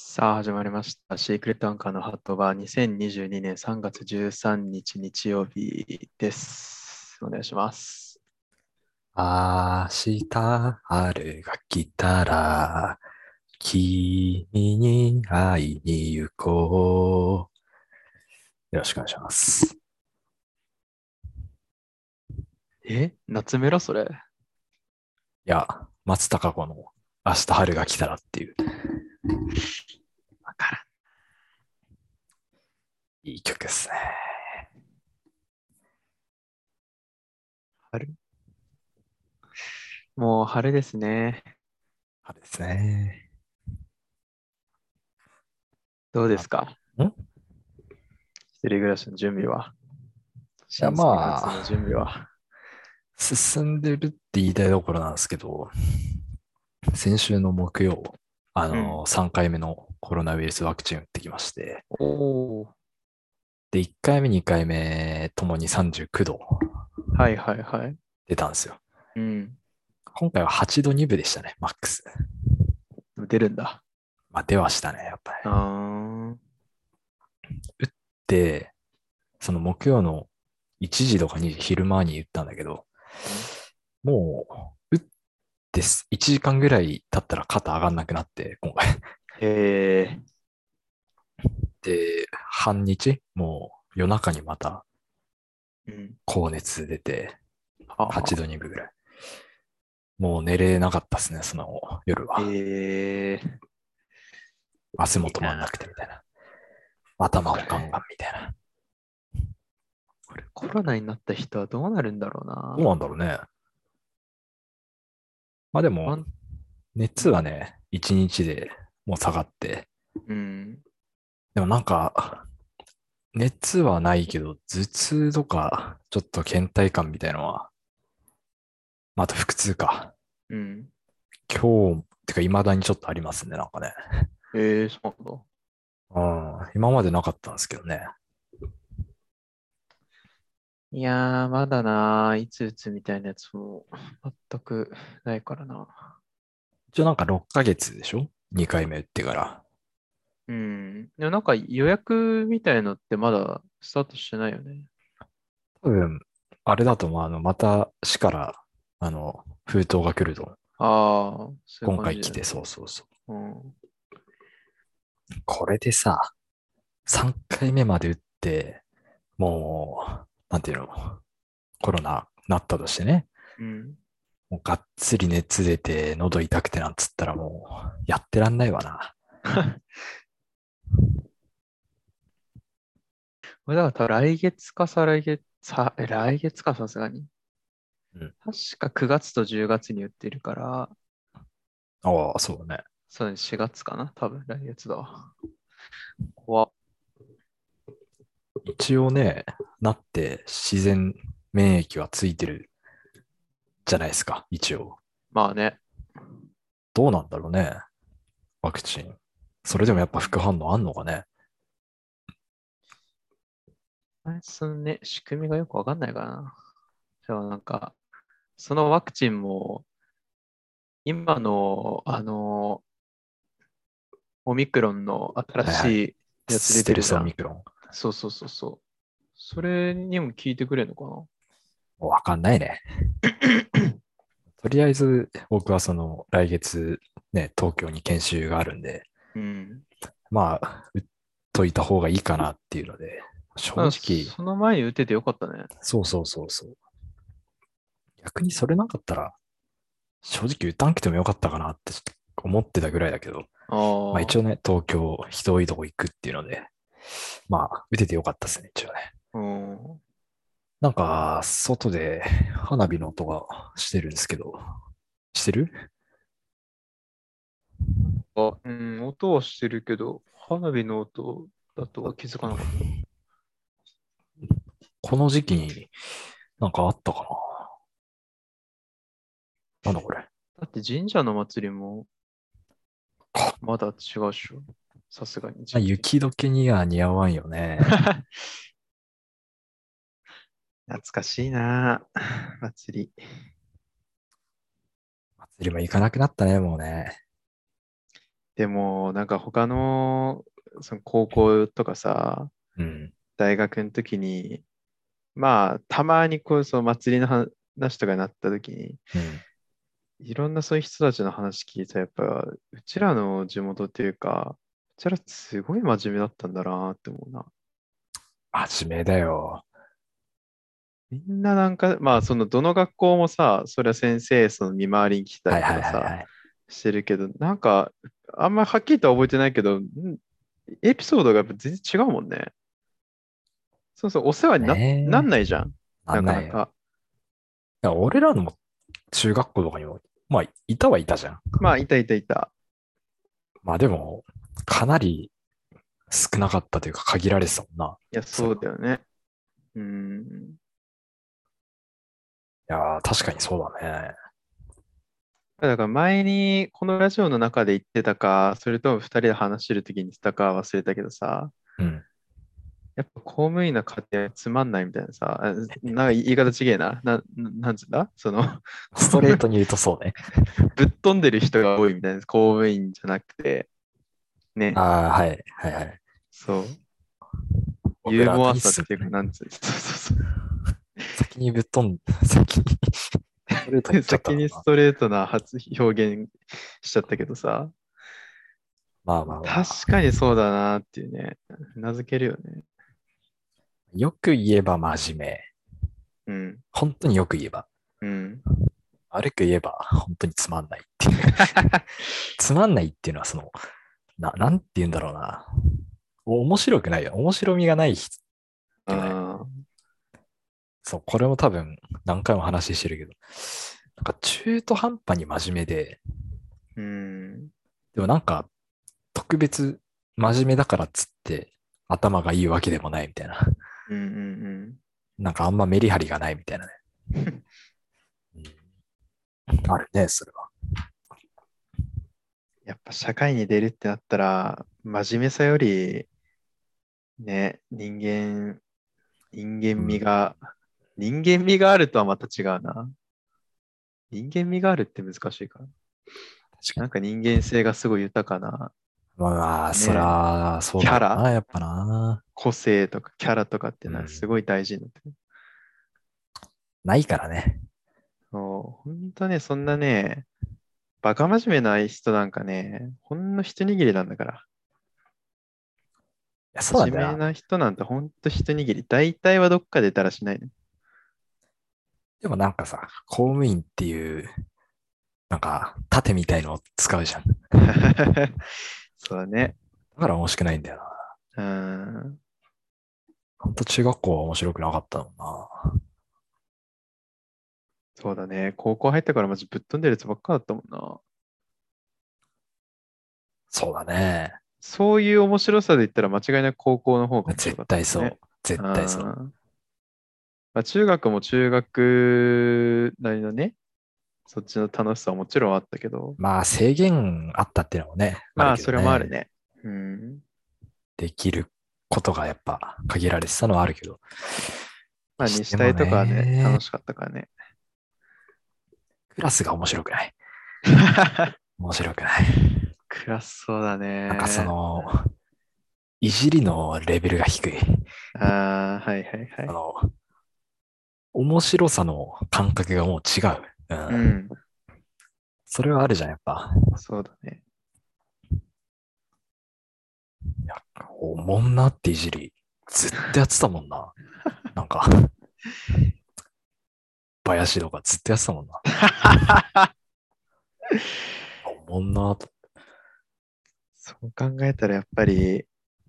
さあ、始まりました。シークレットアンカーのハットバー2022年3月13日日曜日です。お願いします。 明日春が来たら、君に会いに行こう。よろしくお願いします。 夏メロそれ。 いや、松たか子の明日春が来たらっていうわからいい曲ですね。 ん。春。もう春ですね。 春ですね。 どうであ、 すか？ んい一人暮らしの準備は？ や、 新生活のまあ、 準備は？ 進んでるって言いたいところなんですけど、先週の木曜、 うん。 3回目のコロナウイルスワクチン打ってきまして、 おー。 で、1回目、2回目ともに39度はいはいはい。 出たんですよ。 うん。 今回は8度2分でしたね、マックス。 出るんだ。 まあ、出はしたね、やっぱり。 あー。 打って、その木曜の1時とか2時、昼間に打ったんだけど、 うん。 もう、打って1時間ぐらい経ったら肩上がんなくなって、今回。 へえ。 で、半日、もう夜中にまたうん。 高熱出て、8度はあ。 2分ぐらい。もう寝れなかったですね、その夜は。 へえ。 汗も止まんないいな。 くてみたいな。頭こもガンガンれ。 みたいな。 これコロナになった人はどうなるんだろうどうなな。 んだろうね。まあでも、 ワン、 熱はね、1日でもう下がって、 うん。 でもなんか、熱はないけど、頭痛とか、ちょっと倦怠感みたいのは、まあ、あと腹痛か。 うん。 今日、てか未だにちょっとありますね、なんかね。 そうなんだ。 うん、今までなかったんですけどね。 いやー、まだなー、いつ打つみたいなやつも全くないからな。 一応なんか6ヶ月でしょ？ 2 回目打ってから。 うん。でもなんか予約みたいのってまだスタートしてないよね。 多分、あれだと、また市から、封筒が来ると。 ああ、そういう今回来て、 感じだよね。 そうそうそう。 うん。 これでさ、3回目まで打って、もう、なんていうの、コロナなったとしてね。 うん。 もうがっつり熱出て、喉痛くてなんつったらもう、やってらんないわな。 これだから多分来月か再来月、来月かさすがに。 うん。 確か9月と10月に打ってるから、 ああ、そうね。 そうね、4月かな多分来月だわ。怖っ。 一応ね、なって自然免疫はついてるじゃないですか、一応。 まあね。 どうなんだろうね、ワクチン。それでもやっぱうん。 副反応あんのかね。 そのね、仕組みがよくわかんないからな。でもなんか、そのワクチンも、今の、オミクロンの新はいはい。 しいやつ出ステルスてるじゃん。 オミクロン。 そうそうそうそう。それにも聞いてくれるのかもうわかんないね。 な？ とりあえず僕はその来月ね、東京に研修があるんで、 うん。 まあ、打っといた方がいいかなっていうので、正まあ、 直、 その前に打ててよかったね。 そうそうそうそう。逆にそれなかったら、正直打たんくてもよかったかなって思ってたぐらいだけど、 あまあ一応あ、 ね、東京人多いとこ行くっていうので、まあ打ててよかったですね、一応ね。 うん。 なんか、外で花火の音がしてるんですけど、してる？ うん、音はしてるけど、花火の音だとは気づかなかった。 この時期になんかあったかな？なんだこれ。 だって神社の祭りもまだ違うっしょ。さすがに時期的に。 雪解けには似合わんよね。 懐かしいな、祭り。 祭りも行かなくなったね、もうね。 でも、なんか他の、その高校とかさ、 うん。 大学の時に、まあ、たまにこう、その祭りの話とかになった時に、 うん。 いろんなそういう人たちの話聞いたら、やっぱ、うちらの地元っていうか、うちらすごい真面目だったんだなって思うな。 真面目だよ。 みんななんか、まあ、その、どの学校もさ、それは先生、その見回りに来たりはいはいとかさ、 はいはい。 してるけど、なんか、あんまりはっきりとは覚えてないけど、エピソードがやっぱ全然違うもんね。そうそう、お世話になんねないじゃん。 え。ななんないよ。 かなか。 いや、俺らのも中学校とかにも、まあ、いたはいたじゃん。 まあ、いたいたいた。 まあでも、かなり少なかったというか限られてたもんな。 いや、そうそれは。 だよね。うん。 いやー、確かにそうだね。 だから前にこのラジオの中で言ってたか、それとも二人で話してる時に言ってたか忘れたけどさ、 うん。 やっぱ公務員の家庭つまんないみたいなさ、なんか言い方ちげえな。なんつうんだそのストレートに言うとそうね。 ぶっ飛んでる人が多いみたいな、公務員じゃなくて、ね、 ああ、はい、はい、はい。 そう、 オブラートユーモアに進むね。 さっていうか、なんつう、そう先にぶっ飛ん、先にストレートに言っちゃった先にスのかな。 トレートな発表現しちゃったけどさ、 まあまあま確あ。 かにそうだなっていうね、うなずけるよね。 よく言えば真面目。 うん、 本当によく言えば。 うん。 悪く言えば本当につまんないっていう。つまんないっていうのはなんて言うんだろうな。面白くないよ。面白みがないあよね。 ーそう、これも多分何回も話してるけど、なんか中途半端に真面目で、 うん、 でもなんか特別真面目だからっつって頭がいいわけでもないみたいな。 うん、うん、 なんかあんまメリハリがないみたいなね。 うん。 うん、あるね、それは。 やっぱ社会に出るってなったら、真面目さより、ね、人間うん。 味が、人間味があるとはまた違うな。人間味があるって難しいから。 確かに。 なんか人間性がすごい豊かな、 まあ、そね、 ら、そうキャラ、 だろうな、やっぱな。 個性とかキャラとかっていうのはすうん。 ごい大事になってくる。 ないからね。 そう、本当ね、そんなね、バカ真面目な人なんかね、ほんの一握りなんだから。 いや、そうなんだよな。 真面目な人なんてほんと一握り。大体はどっかでだらしないね。 でもなんかさ、公務員っていう、なんか、盾みたいのを使うじゃん。だそうだね。 から面白くないんだよな。 うん。 ほんと中学校は面白くなかったもんな。 そうだね。高校入ってからマジぶっ飛んでるやつばっかだったもんな。 そうだね。 そういう面白さで言ったら間違いなく高校の方が面白絶かったもんね。 対そう。絶うん。 対そう。 まあ、中学も中学なりのね、そっちの楽しさはもちろんあったけど、 まあ制限あったっていうのもね、あるまあ、 けそれもあるどね。 ね。うん。 できることがやっぱ限られてたのはあるけど。 まあ、 にしても西大とかはね、楽ね、 しかったからね。 クラスが面白くない。面白くない。 暗そうだなんかね。 いじりのレベルが低い。 ああ、はいはいはい。 あの、面白さの感覚がもう違う。うん。 うん、 それはあるじゃん、やっぱ。 そうだね。 いや、おもんなっていじり、ずっとやってたもんな。なんか、林とかずっとやってたもんな。おもんなと。 そう考えたらやっぱり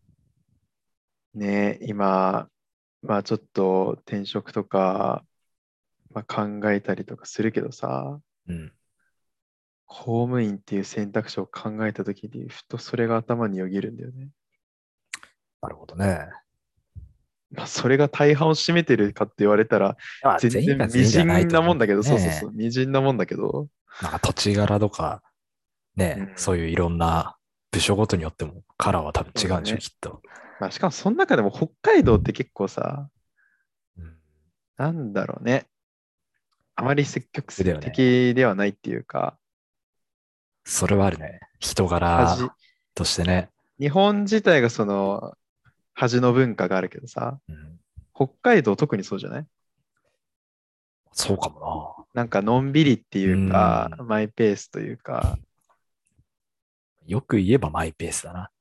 ね、今、まあちょっと転職とか、まあ、考えたりとかするけどさ、 うん。 公務員っていう選択肢を考えたときに、ふとそれが頭によぎるんだよね。 なるほどね。 まあそれが大半を占めてるかって言われたら、 まあ、 全全員が然微全員ではない塵と思うけどなもんだけど、そうそうそう、 ね。 微塵なもんだけど、 なんか土地柄とか、ね、そううん、 いういろんな部署ごとによってもカラーは多分違うんでしょ、 そうだね。 きっと。 まあしかもその中でも北海道って結構さ、 うん。 なんだろうね。あまり積極それだよね。 的ではないっていうか、 それはあるね。人恥。 柄としてね。 日本自体がその恥の文化があるけどさ、 うん、 北海道特にそうじゃない？ そうかもなんかのんびりってな。ういうか、 ん。 マイペースというか、 よく言えばマイペースだな。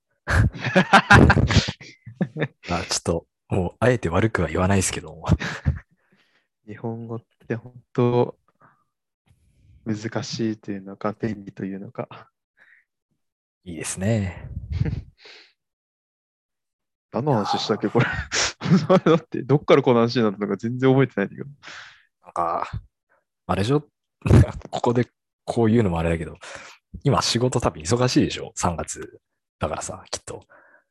まあ、ちょっと、もう、あえて悪くは言わないですけども。 日本語って本当難しいというのか、便利というのか。 いいですね。 何いやの話したっけ、こーれ。だって、どっからこの話になったのか全然覚えてないんだけど。 なんか、あれでしょここでこういうのもあれだけど、今仕事多分忙しいでしょ？ 3 月。だからさ、きっと。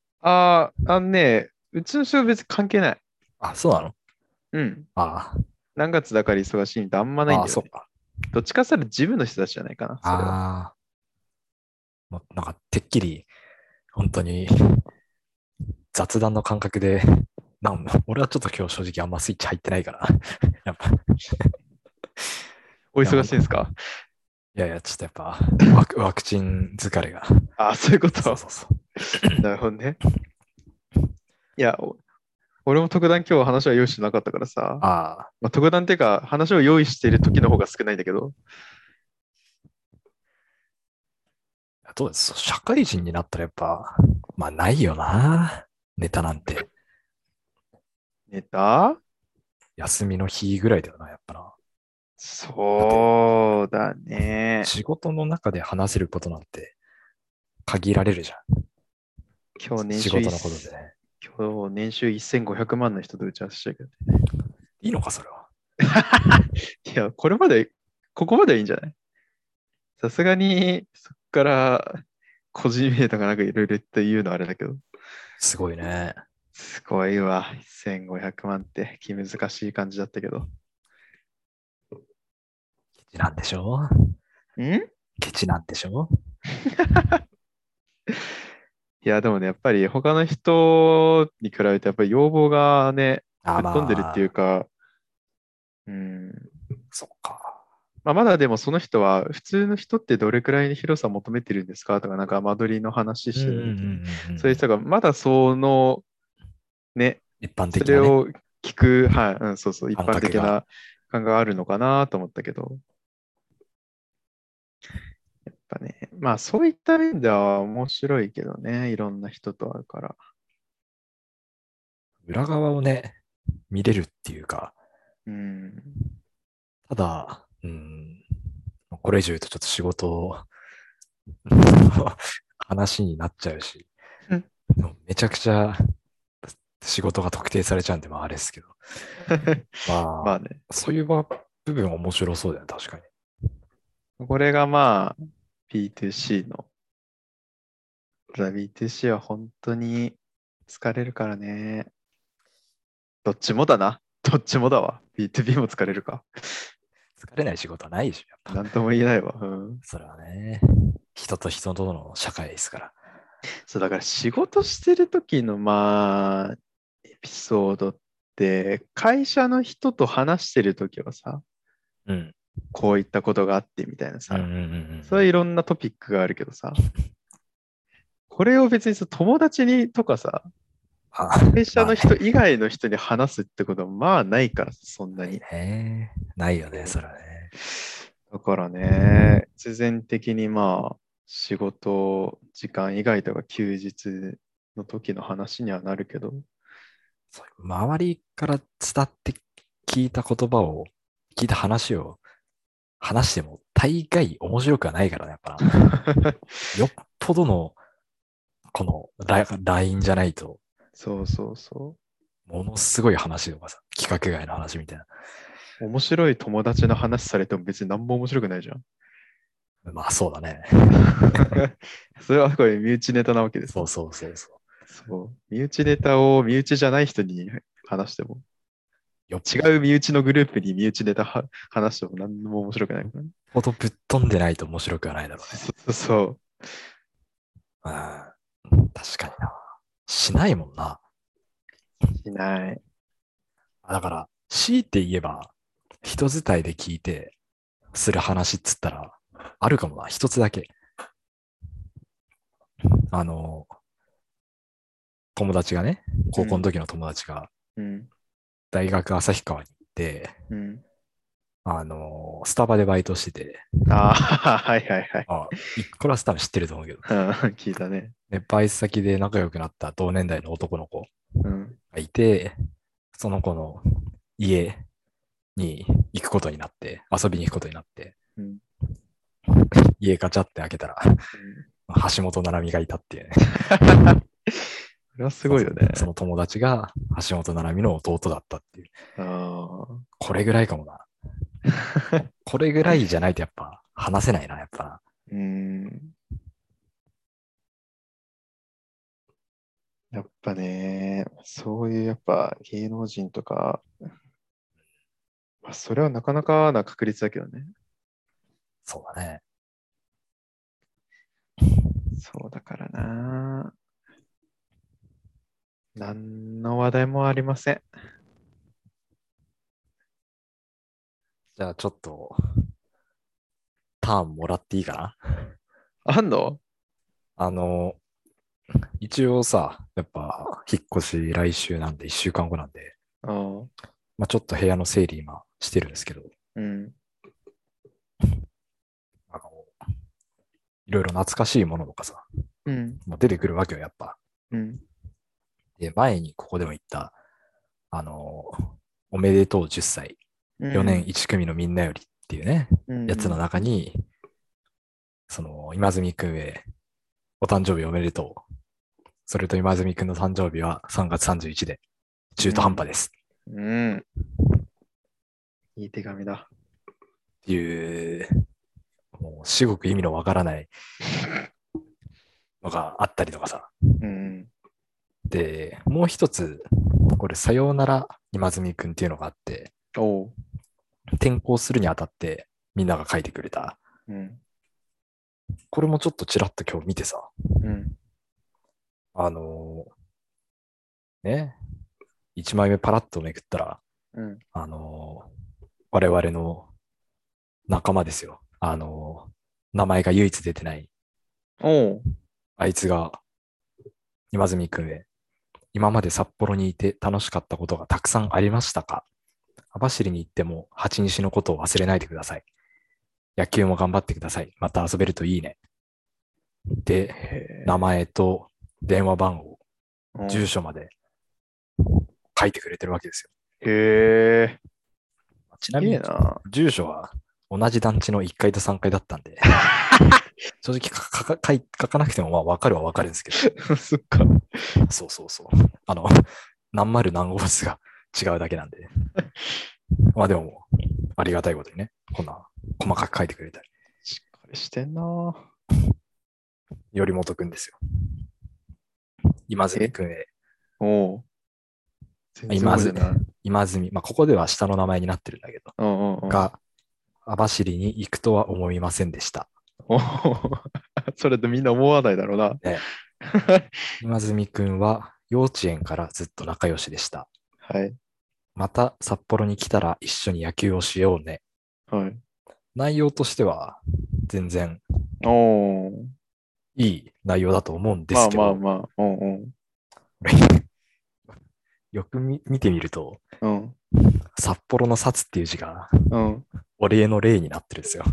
うちの仕事別に関係ない。 あ、そうなの？ うん。 あ何月だから忙しいみたいなあんまないあ、ああ、 んだよね。 そっか。 どっちかって言ったらジムの人たちじゃないかな、それは。 ああ、もうなんかてっきり、本当に雑談の感覚で、俺はちょっと今日正直あんまスイッチ入ってないから。やっぱ、いおや、 忙しいんですか？ いやいや、ちょっとやっぱワクチン疲れが。 そういうこと。 そうそうそう。 なるほどね。いや、俺も特段今日話は用意してなかったからさ。 ああ、 まあ、特段っていうか、話を用意している時の方が少ないんだけど。 どうです？社会人になったらやっぱ、まあないよな。ネタなんて。 ネタ。 休みの日ぐらいだよな、やっぱな。だって、 そうだね。 仕事の中で話せることなんて限られるじゃん。 今日年収仕事のことでね。 今日年収1500万の人と打ち合わせしたけど。 いいのか、それは。 いや、ここまではいいんじゃない？さすがに、そっから個人名とかなんかいろいろって言うのはあれだけど。 すごいね。 すごいわ。1500万って気難しい感じだったけど。 ケチなんでしょ？ んケチなんでしょ？ いや、でもね、やっぱり他の人に比べて、やっぱり要望がね、 あ、 ぶっ飛んでるっていうまあ、 か、うん。 そっか。 まあ、まだでもその人は、普通の人ってどれくらいの広さを求めてるんですかとか、なんか間取りの話してうんうんうんた時に、 うんうん。 そういう人が、まだその、ね、 一般的なね、 それを聞く、はい、うん、そうそう、一感覚が。 般的な感があるのかなと思ったけど、やっぱね、まあそういった面では面白いけどね、いろんな人と会うから。 裏側をね、見れるっていうか、 うん。 ただ、これ以上言うとちょっと仕事話になっちゃうし、めちゃくちゃ仕事が特定されちゃうんで、まああれですけど。まあ、 まあね、 そういう部分面白そうだよね、確かに。 これがまあ B2C の、ただ B2C は本当に疲れるからね。どっちもだな。どっちもだわ。B2B も疲れるか。 疲れない仕事はないでしょ、やっぱ。 なんとも言えないわ。うん。 それはね、人と人との社会ですから。 そう、だから仕事してる時のまあ、エピソードって、会社の人と話してる時はさ、 うん。 こういったことがあってみたいなさ、 うんうんうんうんそういういろんなトピックがあるけどさ、これを別にさ、友達にとかさ、 あ、 会社まあね。 の人以外の人に話すってことはまあないからさ、そんなないに。 ね。ないよね、それはね。 だからね、必然的にまあ、仕事時間以外とか休日の時の話にはなるけど、 そういう周りから伝って聞いた言葉を、聞いた話を話しても大概面白くはないからね、やっぱな。よっぽどの、このラインじゃないと、 そうそうそものすごい話とかさ、規格外の話みたいな。 う。面白い友達の話されても別に何も面白くないじゃん。 まあそうだね。 それはこれ身内ネタなわけでさ。 そうそうそうそう。 そう。身内ネタを身内じゃない人に話しても、 よっ違う身内のグループに身内ネタ話しても何も面白くないからね。 ぽどぶっ飛んでないと面白くはないだろうね。 そうそううん、確かにな。しないもんな。 しない。 だから、強いて言えば、人伝いで聞いて、する話っつったら、あるかもな。一つだけ。 あの、友達がね、高校の時の友達がうん。 大学旭川に行って、 うん。 スタバでバイトしてて、 ああ、はいはいはい。 これは多分知ってると思うけど、 うん、聞いたね。 で、バイト先で仲良くなった同年代の男の子うん。 がいて、その子の家に行くことになって、遊びに行くことになって、 うん。 家ガチャって開けたら、 うん。 橋本奈々美がいたっていうね。 それはすそうそう。 ごいよね。 その友達が橋本奈々美の弟だったっていう。 ああ。 これぐらいかもな。これぐらいじゃないとやっぱ話せないな、やっぱな。 うん。やっぱね、そういうやっぱ芸能人とか、まあ、それはなかなかな確率だけどね。 そうだね。 そうだからな。何の話題もありません。 じゃあちょっとターンもらっていいかな。 あんの？ あの、一応さ、やっぱ引っ越し来週なんで1週間後なんで、 ああ、 まあちょっと部屋の整理今してるんですけど、 うん、 あの、いろいろ懐かしいものとかさ、 うん、 まあ、出てくるわけよ、やっぱ。 うん、 で、前にここでも言った、あの、おめでとう10歳、4 うん、 年1組のみんなよりっていうね、 うやつのん、 中に、今住くんへお誕生日おめでとう。それと今住くんの誕生日は3月31で、中途半うん、 端です。 うん。いい手紙だ。 っていう、もう至極意味のわからないのがあったりとかさ。 うん、 で、もう一つ、これ、さようなら今住くんっていうのがあって、 おう、 転校するにあたってみんなが書いてくれた。 うん、 これもちょっとちらっと今日見てさ、 うん、 あのね、1枚目パラッとめくったら、 うん。 我々の仲間ですよ。名前が唯一出てない、 おう、 あいつが今住くんへ、今まで札幌にいて楽しかったことがたくさんありましたか？網走に行っても八西のことを忘れないでください。野球も頑張ってください。また遊べるといいね。で、 へ名え、 前と電話番号、 うん、 住所まで書いてくれてるわけですよ。 へえ、すげちなみに、 えな。 住所は同じ団地の1階と3階だったんで、正直書かなくてもまあ分かるは分かるんですけそっか。 ど、そうそうそう。何丸何号室が違うだけなんで。まあでも、ありがたいことにね、こんな細かく書いてくれたり。 しっかりしてんな。 頼本くんですよ。今住え、 くんへ。 おう、全然今ず、 覚えてない。 今住、まあここでは下の名前になってるんだけど、 うんうんうん。 が、網走に行くとは思いませんでした。 おうそれってみんな思わないだろうな。 ね、今住くんは幼稚園からずっと仲良しでした。 はい。 また札幌に来たら一緒に野球をしようね。 はい。 内容としては全然おー。 いい内容だと思うんでまあすけど、 まあまあ。うんよく見てみると、 うん。うん。 札幌の札っていう字がうん。 お礼の礼になってるんですよ。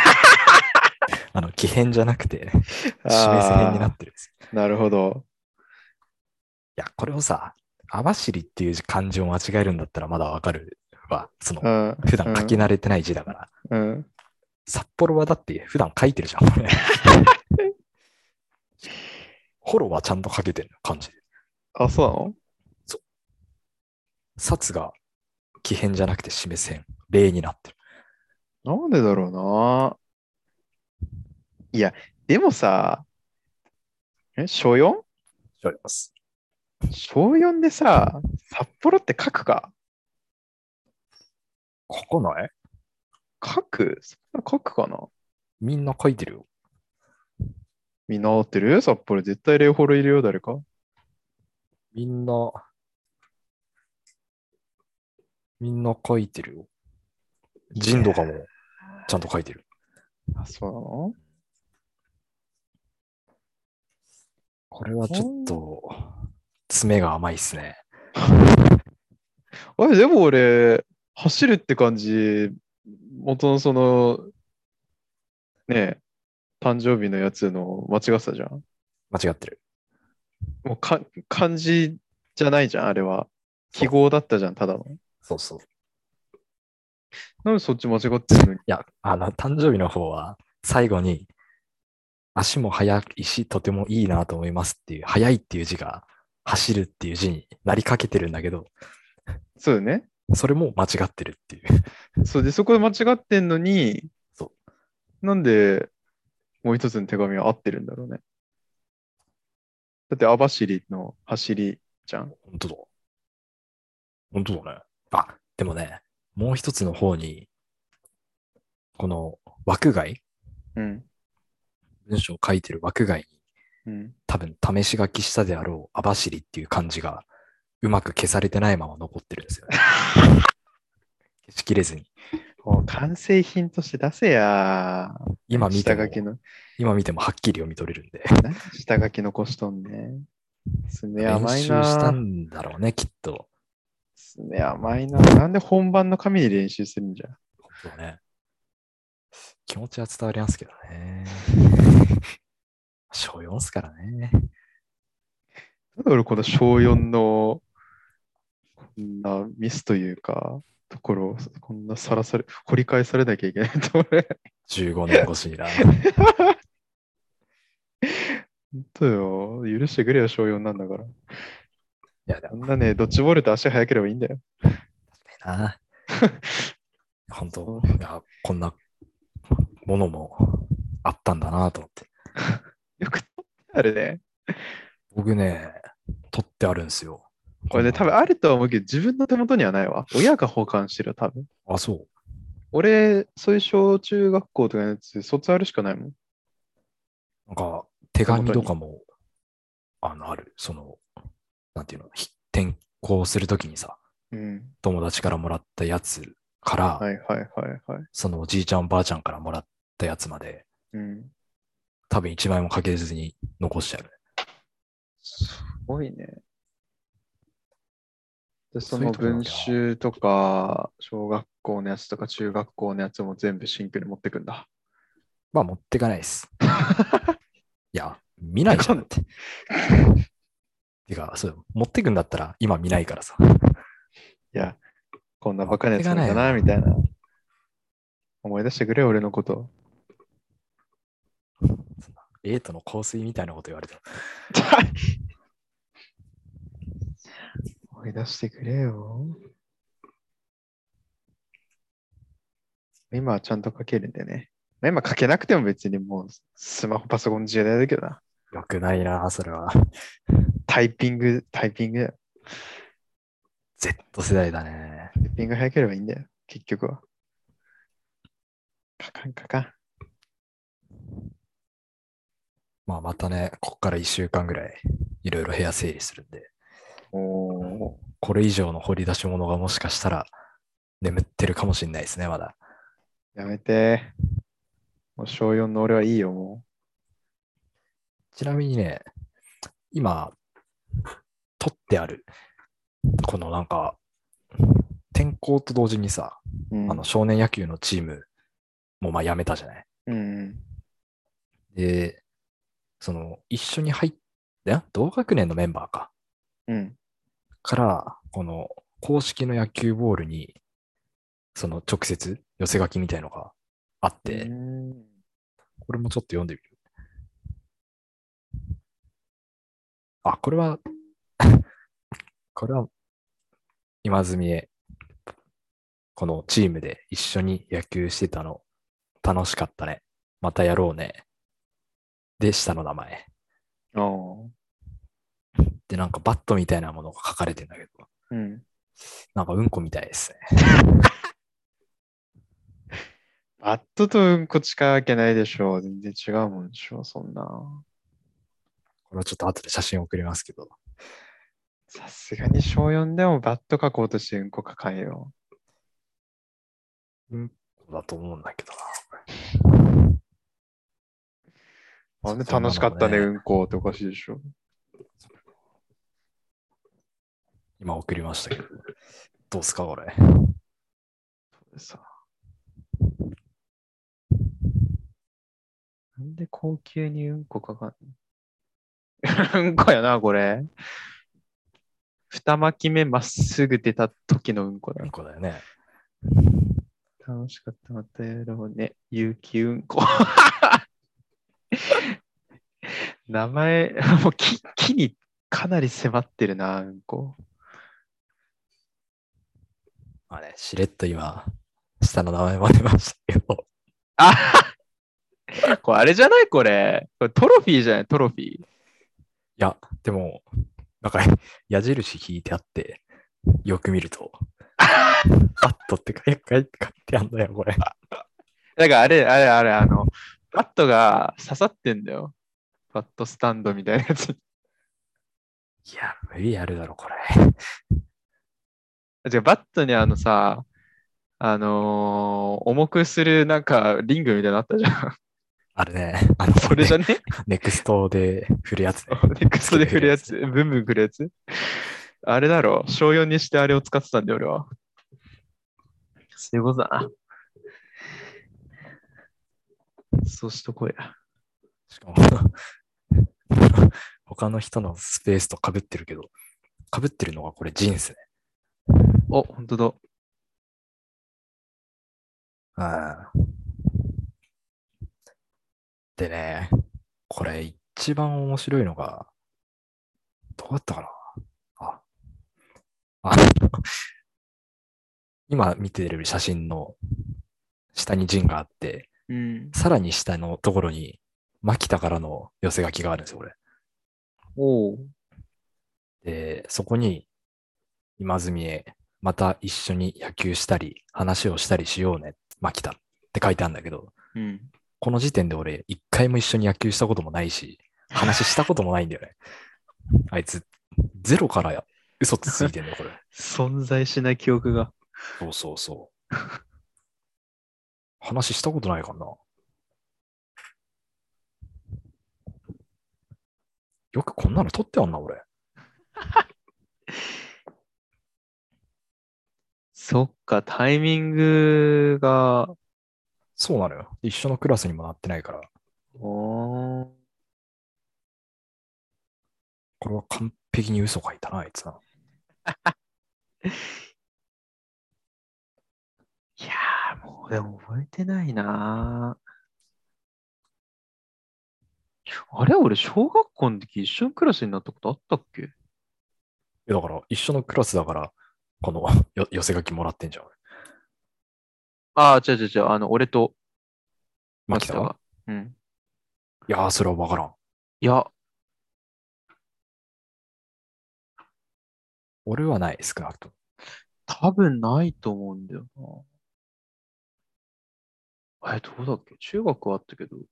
木偏じゃなくて、示す辺になああ、 ってるんですよ。 なるほど。 いや、これをさ、網走っていう漢字を間違えるんだったらまだわかるわ。 うん。 普段書きうん。 慣れてない字だから。 うん。 札幌はだって普段書いてるじゃん、これ。ホロはちゃんと書けてるの、漢字で。 あ、そうなの？ そう。札が奇変じゃなくて示せん。例になってる。 なんでだろうな。いや、でもさ、小 4？ しております。 小4でさ、札幌って書くか？ 書かない？ 書く？そんな書くかな？ みんな書いてるよ。 みんな合ってる？札幌絶対レオホロいるよ、誰か。 みんな書いてるよ。 いや人とかもちゃんと書いてる。 ー、あ、そうなの？ これはちょっおーと、爪が甘いっすね。 あれ、でも俺、走るって感じ、元のその、ね、誕生日のやつの間違ってたじゃん。 間違ってる。 もう漢字じゃないじゃん、あれは。記そう。 号だったじゃん、ただの。 そうそう。いなんでそっち間違ってんのに。 や、誕生日の方は、最後に、足も速いし、とてもいいなと思いますっていう、速いっていう字が、走るっていう字になりかけてるんだけど、 そうよね。 それも間違ってるっていう。 そうで、そこで間違ってんのに、 そう。 なんでもう一つの手紙は合ってるんだろうね。だって、網走の走りじゃん。 本当だ。本当だね。あ、でもね、もう一つの方に、この枠外、 うん。 文章を書いてる枠外に、 うん。 多分試し書きしたであろう網走っていう漢字がうまく消されてないまま残ってるんですよね。消しきれずに。 もう完成品として出せや。 今見ても、 下書きの。 今見てもはっきり読み取れるんで。 何下書き残しとんね。爪練甘い習したな。 んだろうね、きっと。 爪甘いな。なんで本番の紙に練習するんじゃ。 本当だね。気持ちは伝わりますけどね。小4っすからね。 なんで俺この小4のこんなミスというか、ところをこんなさらされ、掘り返されなきゃいけないと俺。 15年越しにな。 本当よ。許してくれよ、小4なんだから。 いや、でも、 こんなね、ドッジボールと足速ければいいんだよ。 な。本当、 そういや、こんなものもあったんだなと思って。 よくあるね。 僕ね、取ってあるんですよ。ここれね、 んなの。 多分あるとは思うけど、自分の手元にはないわ。親が保管してる、多分。 あ、そう。 俺、そういう小中学校とかのやつ、卒アルしかないもん。 なんか、手紙手元に。 とかも、ある。なんていうの、転校するときにさ、 うん。 友達からもらったやつから、 はいはいはいはい。 そのおじいちゃんおばあちゃんからもらったやつまで、 うん。 多分一枚もかけずに残してある。 すごいね。で、そそういうの文ところだけな。 集とか、小学校のやつとか中学校のやつも全部シンクに持ってくんだ。 まあ持ってかないです。いや、見ないじゃんだって。てか、そう、持ってくんだったら今見ないからさ。 いや、こんな持っバカなやてかないよ。 つもいたな、みたいな。思い出してくれよ、俺のこと。 そんなエイトの香水みたいなこと言われても。 思い出してくれよ。今はちゃんと書けるんでね。今書けなくても別にもうスマホ、パソコンの時代だけどな。 よくないな、それは。 タイピングだよ。 Z 世代だね。 タイピング早ければいいんだよ。結局は。書かん書かん。 まあまたね、こっから1週間ぐらい、いろいろ部屋整理するんで、 おー、 これ以上の掘り出し物がもしかしたら眠ってるかもしれないですね、まだ。 やめて。もう小4の俺はいいよ、もちなみにね、今、取ってある、このなんか、転校と同時にさ、 う。うん。 少年野球のチームもまあ辞めたじゃない。 うん。 で、一緒に入って、同学年のメンバーか。 うん。 から、この公式の野球ボールに、直接寄せ書きみたいのがあっうて、 ん。 これもちょっと読んでみる。あ、これは今住へ、このチームで一緒に野球してたの楽しかったね。またやろうね。で、下の名前。 ああ。 で、なんかバットみたいなものが書かれてんだけど、 うん。 なんかうんこみたいですね。 バットとうんこ近いわけないでしょう。全然違うもんでしょう、そんな。 これはちょっと後で写真送りますけど。 さすがに小4でもバット書こうとしてうんこ書かんよ。 うんこだと思うんだけどな。 あんでそんな楽しかったね、 のもね、 うんこっておかしいでしょ。 今送りましたけど。どうすか、これ。 さ、なんで高級にうんこかかんの？うんこやな、これ。二巻き目まっすぐ出た時のうんこだ。 うんこだよね。 楽しかった。またやろうね。有機うんこ。名前、もう木にかなり迫ってるな、うんこ。 まあね、しれっと今、下の名前も出ましたけど。 あこれあれじゃないこれ。これトロフィーじゃないトロフィー。 いや、でも、なんか矢印引いてあって、よく見ると、バットって書いてあんだよ、これ。 だからあれ、バットが刺さってんだよ。バットスタンドみたいなやつ。 いや、無理あるだろ、これ。 じゃあバットに重くするなんかリングみたいなのあったじゃん。 あれね、 それじゃね？ ネクストで振るやつね。 ネクストで振るやつ、 つけてブンブン振るやつ。あれだろ、小4にしてあれを使ってたんだよ、俺は。そういうことだな。そうしとこうや。 しかも、他の人のスペースと被ってるけど、被ってるのがこれジンスね。 お、本当だ。 あでね、これ一番面白いのが、どうだったかなあ、あの今見てる写真の下にジンがあって、 うん。 さらに下のところに、牧田からの寄せ書きがあるんですよ、これ。 おう。 で、そこに、今住へ、また一緒に野球したり、話をしたりしようね、牧田って書いてあるんだけど、 うん。 この時点で俺、一回も一緒に野球したこともないし、話したこともないんだよね。あいつ、ゼロから嘘ついてんだよ、これ。 存在しない記憶が。 そうそうそう。話したことないかな。よくこんなの撮ってあんな、俺。 そっか、タイミングが、 そうなのよ。一緒のクラスにもなってないから、 おー。 これは完璧に嘘書いたな、あいつな。 いやー、もうでも覚えてないなあれ俺、小学校の時一緒のクラスになったことあったっけ？ だから、一緒のクラスだから、この寄せ書きもらってんじゃん。 ああ、違う違う違う、俺と牧田が。 松田が。うん。 いやー、それはわからん。 いや、 俺はない、少なくとも。 多分ないと思うんだよな。どうだっけ中学はあったけど。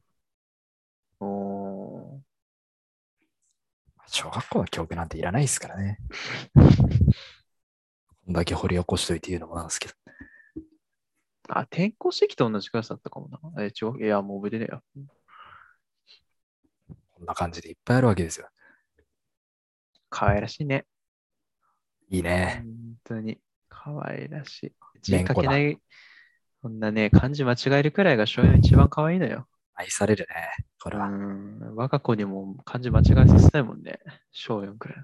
おー。 小学校の記憶なんていらないですからね。こんだけ掘り起こしといて言うのもなんですけど。 あ、転校してきと同じクラスだったかもな。違う。いや、もう覚えてねえよ。 こんな感じでいっぱいあるわけですよ。 可愛らしいね。 いいね。 本当に。可愛らしい。字めんこだ。 書けない、こんなね、漢字間違えるくらいが小4一番可愛いのよ。 愛されるね。これは。 我が子にも漢字間違えさせたいもんね。小4くらい。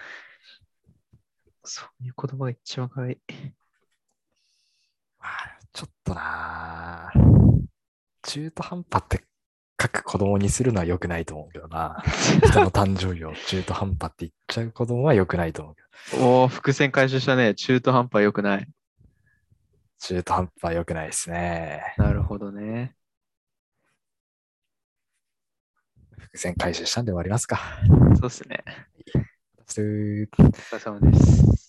そういう言葉が一番可愛い。 まあちょっとな中途半端って書く子供にするのは良くないと思うけどな。人の誕生日を中途半端って言っちゃう子供は良くないと思うけど。 おー、伏線回収したね。中途半端良くない。 中途半端は良くないですね。 なるほどね。 伏線回収したんで終わりますか。 そうっすね。 すお疲れ様です。